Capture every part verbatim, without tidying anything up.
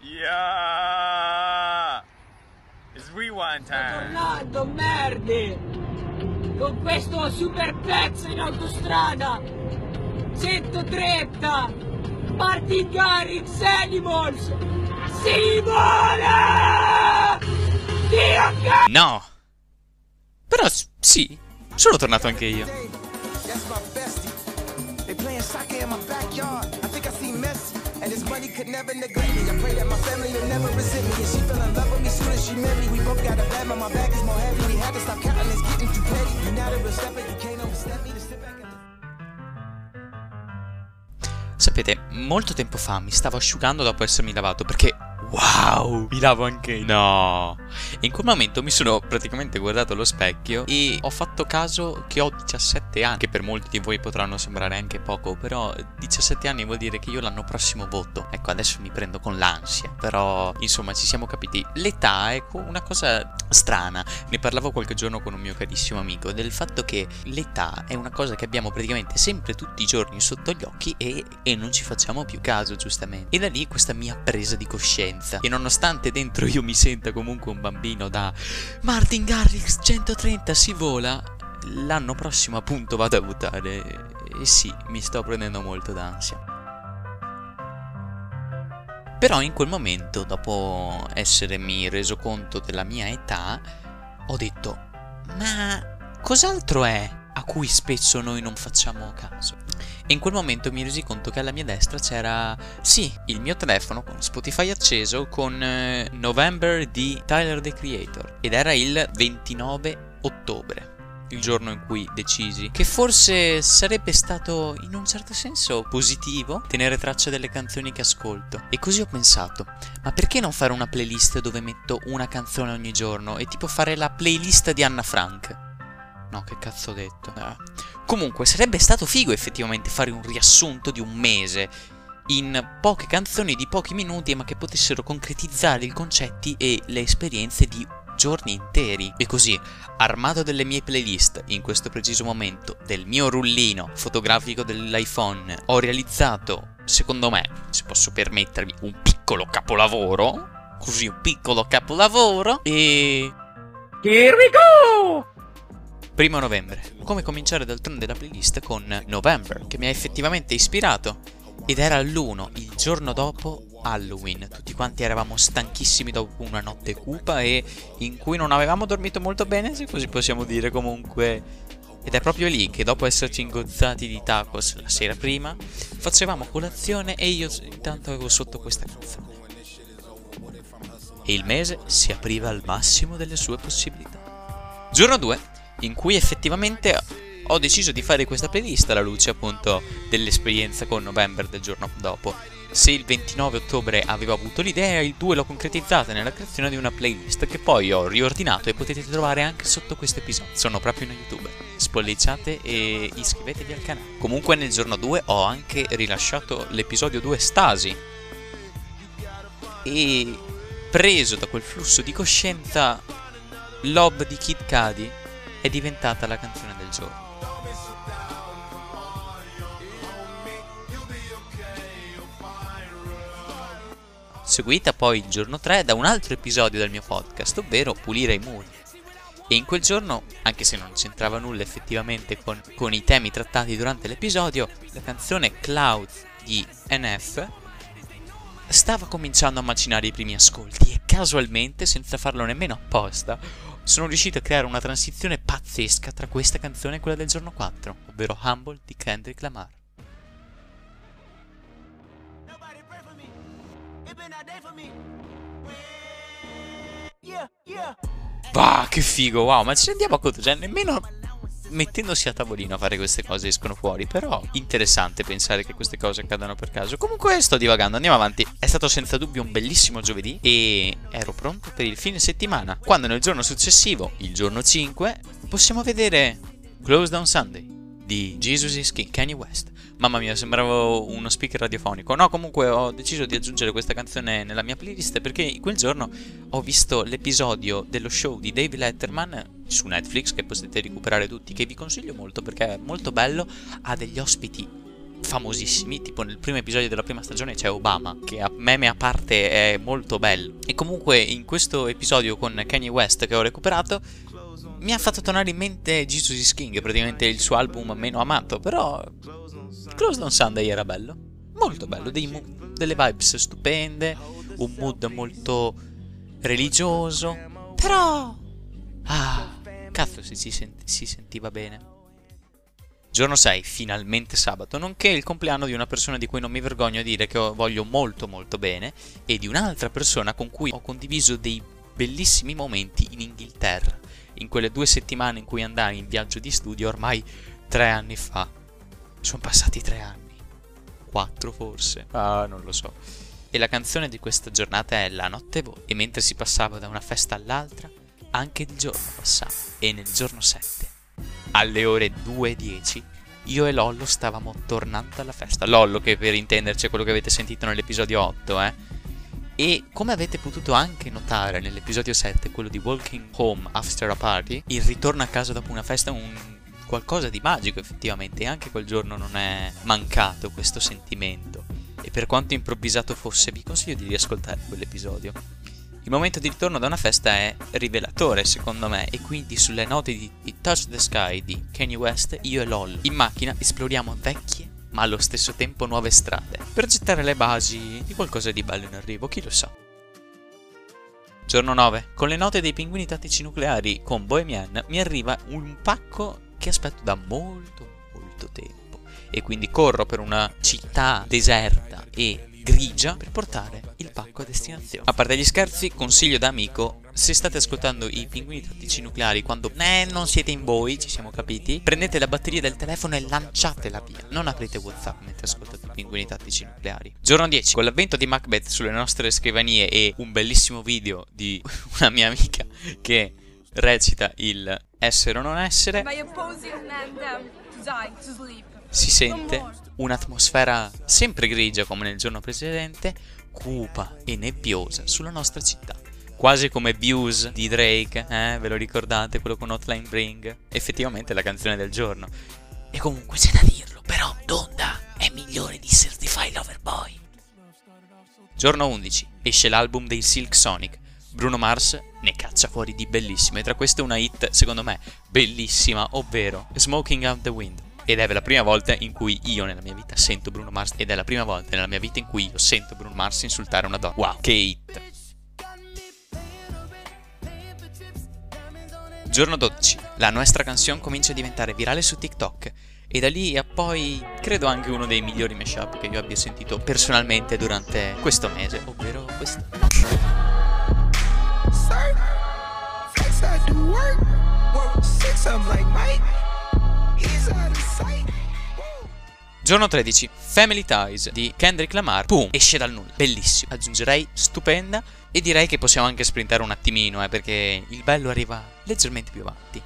Yeah! It's rewind time. Sto tornando, merde! Con questo super pezzo in autostrada! centotrenta! Martin Garrix Animals! Si vola! Dio che... No! Però sì, sono tornato anche io. And this money could never neglect me. I pray that my family will never resent me. And she fell in love with me soon as she met me. We both got a bad, but my bag is more heavy. We had to stop counting, it's getting too petty. You're not a real stepper, you can't overstep me. To sit back and... Sapete, molto tempo fa mi stavo asciugando dopo essermi lavato perché... Wow, mi lavo anche io. No. E in quel momento mi sono praticamente guardato allo specchio e ho fatto caso che ho diciassette anni, che per molti di voi potranno sembrare anche poco, però diciassette anni vuol dire che io l'anno prossimo voto. Ecco, adesso mi prendo con l'ansia, però insomma ci siamo capiti. L'età è una cosa strana. Ne parlavo qualche giorno con un mio carissimo amico del fatto che l'età è una cosa che abbiamo praticamente sempre tutti i giorni sotto gli occhi e, e non ci facciamo più caso, giustamente. E da lì questa mia presa di coscienza. E nonostante dentro io mi senta comunque un bambino da Martin Garrix centotrenta si vola, l'anno prossimo appunto vado a votare. E sì, mi sto prendendo molto d'ansia. Però in quel momento, dopo essermi reso conto della mia età, ho detto: ma cos'altro è a cui spesso noi non facciamo caso? E in quel momento mi resi conto che alla mia destra c'era, sì, il mio telefono con Spotify acceso con eh, November di Tyler, the Creator. Ed era il ventinove ottobre, il giorno in cui decisi che forse sarebbe stato in un certo senso positivo tenere traccia delle canzoni che ascolto. E così ho pensato: ma perché non fare una playlist dove metto una canzone ogni giorno? E tipo fare la playlist di Anna Frank. No, che cazzo ho detto? Ah. Comunque, sarebbe stato figo effettivamente fare un riassunto di un mese in poche canzoni di pochi minuti, ma che potessero concretizzare i concetti e le esperienze di giorni interi. E così, armato delle mie playlist, in questo preciso momento, del mio rullino fotografico dell'iPhone, ho realizzato, secondo me, se posso permettermi, un piccolo capolavoro. Così, un piccolo capolavoro. E... Here we go! Primo novembre. Come cominciare d'altronde la playlist con November, che mi ha effettivamente ispirato. Ed era l'uno, il giorno dopo Halloween. Tutti quanti eravamo stanchissimi dopo una notte cupa e in cui non avevamo dormito molto bene, se così possiamo dire comunque. Ed è proprio lì che dopo esserci ingozzati di tacos la sera prima, facevamo colazione e io intanto avevo sotto questa canzone. E il mese si apriva al massimo delle sue possibilità. Giorno due, in cui effettivamente ho deciso di fare questa playlist alla luce appunto dell'esperienza con November del giorno dopo. Se il ventinove ottobre avevo avuto l'idea, il due l'ho concretizzata nella creazione di una playlist che poi ho riordinato e potete trovare anche sotto questo episodio. Sono proprio in YouTube. Spolliciate e iscrivetevi al canale. Comunque nel giorno due ho anche rilasciato l'episodio due Stasi. E preso da quel flusso di coscienza, Love di Kid Cudi è diventata la canzone del giorno. Seguita poi il giorno tre da un altro episodio del mio podcast, ovvero Pulire i muri. E in quel giorno, anche se non c'entrava nulla effettivamente con, con i temi trattati durante l'episodio, la canzone Cloud di N F stava cominciando a macinare i primi ascolti e casualmente, senza farlo nemmeno apposta, sono riuscito a creare una transizione pazzesca tra questa canzone e quella del giorno quattro, ovvero Humble di Kendrick Lamar. Bah, che figo, wow, ma ci rendiamo conto, cioè nemmeno mettendosi a tavolino a fare queste cose escono fuori. Però interessante pensare che queste cose accadano per caso. Comunque sto divagando, andiamo avanti. È stato senza dubbio un bellissimo giovedì e ero pronto per il fine settimana, quando nel giorno successivo, il giorno cinque, possiamo vedere Close Down Sunday di Jesus is King, Kanye West. Mamma mia, sembravo uno speaker radiofonico. No, comunque ho deciso di aggiungere questa canzone nella mia playlist perché quel giorno ho visto l'episodio dello show di David Letterman su Netflix, che potete recuperare tutti, che vi consiglio molto perché è molto bello, ha degli ospiti famosissimi, tipo nel primo episodio della prima stagione c'è Obama, che a meme a parte è molto bello. E comunque in questo episodio con Kanye West che ho recuperato mi ha fatto tornare in mente Jesus is King, praticamente il suo album meno amato, però Closed on Sunday era bello, molto bello, dei delle vibes stupende, un mood molto religioso, però ah, cazzo si, si, sent si sentiva bene. Giorno sei, finalmente sabato, nonché il compleanno di una persona di cui non mi vergogno a dire che voglio molto molto bene e di un'altra persona con cui ho condiviso dei bellissimi momenti in Inghilterra, in quelle due settimane in cui andai in viaggio di studio ormai tre anni fa. Sono passati tre anni, quattro forse, ah non lo so. E la canzone di questa giornata è La notte vola, e mentre si passava da una festa all'altra, anche il giorno passava, e nel giorno sette, alle ore due e dieci, io e Lollo stavamo tornando dalla festa. Lollo, che per intenderci è quello che avete sentito nell'episodio otto, eh. E come avete potuto anche notare nell'episodio sette, quello di Walking Home After a Party, il ritorno a casa dopo una festa è un qualcosa di magico effettivamente, e anche quel giorno non è mancato questo sentimento. E per quanto improvvisato fosse, vi consiglio di riascoltare quell'episodio. Il momento di ritorno da una festa è rivelatore secondo me, e quindi sulle note di, di Touch the Sky di Kanye West, io e Lol in macchina esploriamo vecchie ma allo stesso tempo nuove strade per gettare le basi di qualcosa di bello in arrivo, chi lo sa. Giorno nove, con le note dei Pinguini Tattici Nucleari con Bohemian mi arriva un pacco che aspetto da molto molto tempo, e quindi corro per una città deserta e grigia per portare il pacco a destinazione. A parte gli scherzi, consiglio da amico, se state ascoltando i Pinguini Tattici Nucleari quando eh, non siete in voi, ci siamo capiti, prendete la batteria del telefono e lanciatela via, non aprite WhatsApp mentre ascoltate i Pinguini Tattici Nucleari. Giorno dieci, con l'avvento di Macbeth sulle nostre scrivanie e un bellissimo video di una mia amica che recita il essere o non essere, si sente un'atmosfera sempre grigia come nel giorno precedente, cupa e nebbiosa sulla nostra città, quasi come Views di Drake, eh? Ve lo ricordate? Quello con Hotline Bling? Effettivamente è la canzone del giorno. E comunque c'è da dirlo, però Donda è migliore di Certified Lover Boy. Giorno undici, esce l'album dei Silk Sonic. Bruno Mars ne caccia fuori di bellissime, tra queste una hit secondo me bellissima, ovvero Smoking Out the Wind. Ed è la prima volta in cui io nella mia vita sento Bruno Mars, ed è la prima volta nella mia vita in cui io sento Bruno Mars insultare una donna. Wow, che hit! Giorno dodici, la nostra canzone comincia a diventare virale su TikTok, e da lì a poi credo anche uno dei migliori mashup che io abbia sentito personalmente durante questo mese, ovvero questo. Giorno tredici, Family Ties di Kendrick Lamar, boom, esce dal nulla, bellissimo, aggiungerei stupenda, e direi che possiamo anche sprintare un attimino, eh, perché il bello arriva leggermente più avanti.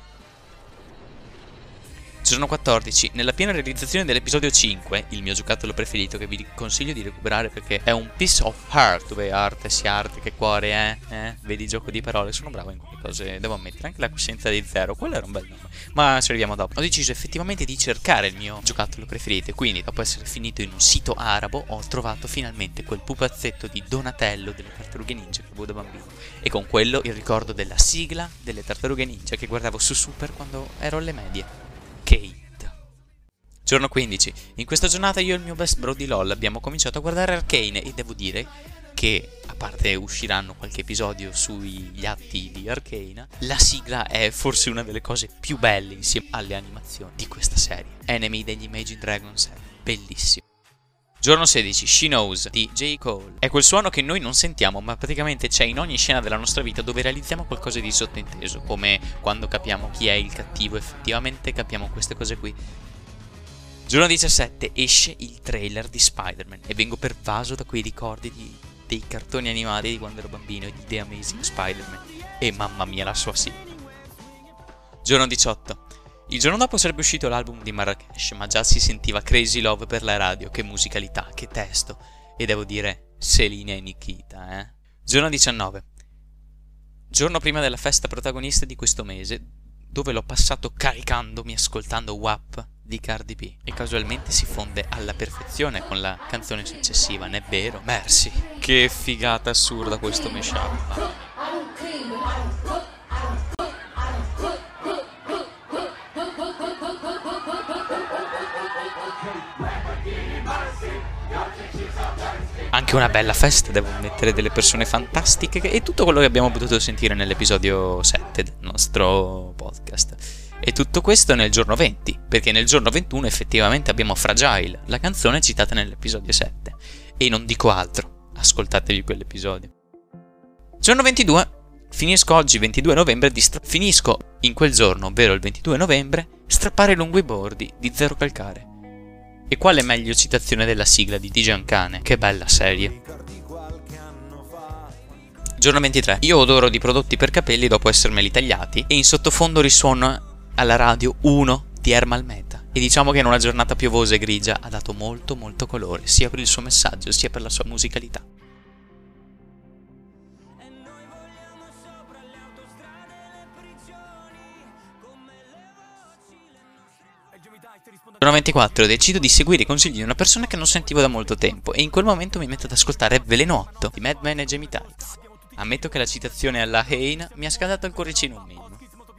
Giorno quattordici, nella piena realizzazione dell'episodio cinque, il mio giocattolo preferito che vi consiglio di recuperare perché è un piece of heart, dove arte sia arte che cuore, eh? eh? Vedi, gioco di parole, sono bravo in quelle cose, devo ammettere, anche la coscienza di zero, quello era un bel nome, ma ci arriviamo dopo. Ho deciso effettivamente di cercare il mio giocattolo preferito, e quindi dopo essere finito in un sito arabo ho trovato finalmente quel pupazzetto di Donatello delle Tartarughe Ninja che avevo da bambino, e con quello il ricordo della sigla delle Tartarughe Ninja che guardavo su Super quando ero alle medie. Kate. Giorno quindici. In questa giornata io e il mio best bro di LOL abbiamo cominciato a guardare Arcane, e devo dire che, a parte usciranno qualche episodio sugli atti di Arcane, la sigla è forse una delle cose più belle insieme alle animazioni di questa serie. Enemy degli Imagine Dragons è bellissimo. Giorno sedici, She Knows di J. Cole. È quel suono che noi non sentiamo, ma praticamente c'è in ogni scena della nostra vita dove realizziamo qualcosa di sottinteso, come quando capiamo chi è il cattivo, effettivamente capiamo queste cose qui. Giorno diciassette, esce il trailer di Spider-Man e vengo pervaso da quei ricordi di, dei cartoni animati di quando ero bambino e di The Amazing Spider-Man. E mamma mia la sua sigla. Giorno diciotto. Il giorno dopo sarebbe uscito l'album di Marrakesh, ma già si sentiva Crazy Love per la radio, che musicalità, che testo, e devo dire Selena e Nikita, eh. Giorno diciannove. Giorno prima della festa protagonista di questo mese, dove l'ho passato caricandomi ascoltando W A P di Cardi B e casualmente si fonde alla perfezione con la canzone successiva, non è vero? Mercy. Che figata assurda questo mashup. Anche una bella festa, devo mettere delle persone fantastiche e tutto quello che abbiamo potuto sentire nell'episodio sette del nostro podcast. E tutto questo nel giorno venti, perché nel giorno ventuno effettivamente abbiamo Fragile, la canzone citata nell'episodio sette. E non dico altro, ascoltatevi quell'episodio. Giorno ventidue, finisco oggi ventidue novembre di stra- finisco in quel giorno, ovvero il ventidue novembre, strappare lungo i bordi di Zero Calcare. E quale meglio citazione della sigla di Dijan Kane? Che bella serie. Giorno ventitré. Io odoro di prodotti per capelli dopo essermeli tagliati e in sottofondo risuona alla radio uno di Ermal Meta. E diciamo che in una giornata piovosa e grigia ha dato molto molto colore, sia per il suo messaggio sia per la sua musicalità. Giorno ventiquattro. Decido di seguire i consigli di una persona che non sentivo da molto tempo e in quel momento mi metto ad ascoltare Veleno otto di Mad Men e Jamie Tights. Ammetto che la citazione alla Hein mi ha scaldato il cuoricino un minimo.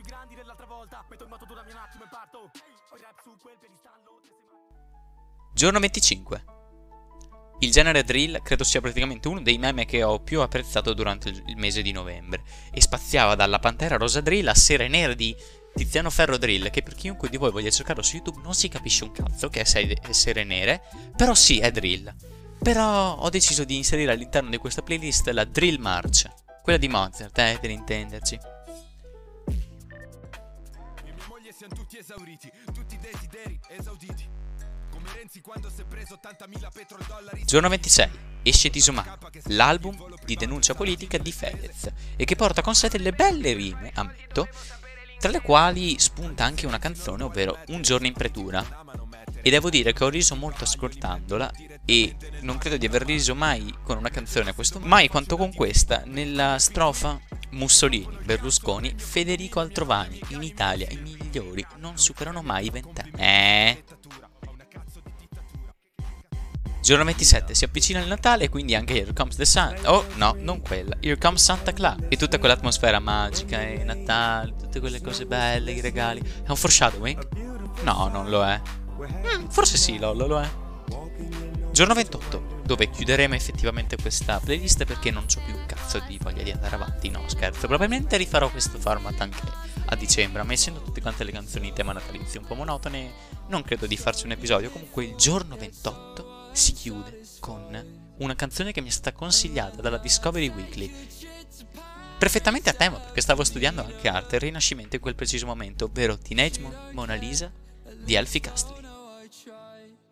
Giorno venticinque. Il genere drill credo sia praticamente uno dei meme che ho più apprezzato durante il mese di novembre e spaziava dalla Pantera Rosa Drill a Sere Nere di Tiziano Ferro Drill, che per chiunque di voi voglia cercarlo su YouTube non si capisce un cazzo che è Sere Nere, però sì, è drill. Però ho deciso di inserire all'interno di questa playlist la Drill March, quella di Mozart, eh, per intenderci. Giorno ventisei. Esce Disumano, l'album di denuncia politica di Fedez, e che porta con sé delle belle rime, ammetto, tra le quali spunta anche una canzone, ovvero Un giorno in pretura. E devo dire che ho riso molto ascoltandola e non credo di aver riso mai con una canzone questo mai quanto con questa. Nella strofa Mussolini, Berlusconi, Federico Altrovani, in Italia i migliori non superano mai i vent'anni. Eh... Giorno ventisette. Si avvicina il Natale e quindi anche Here Comes the Sun. Oh no, non quella, Here Comes Santa Claus. E tutta quell'atmosfera magica e Natale, tutte quelle cose belle, i regali. È un foreshadowing? No, non lo è. Mm, forse sì, Lollo, lo è. Giorno ventotto, dove chiuderemo effettivamente questa playlist perché non c'ho più un cazzo di voglia di andare avanti. No, scherzo, probabilmente rifarò questo format anche a dicembre, ma essendo tutte quante le canzoni in tema natalizio un po' monotone, non credo di farci un episodio. Comunque il giorno ventotto si chiude con una canzone che mi è stata consigliata dalla Discovery Weekly, perfettamente a tema perché stavo studiando anche arte e rinascimento in quel preciso momento, ovvero Teenage Mo- Mona Lisa di Elfie Castley.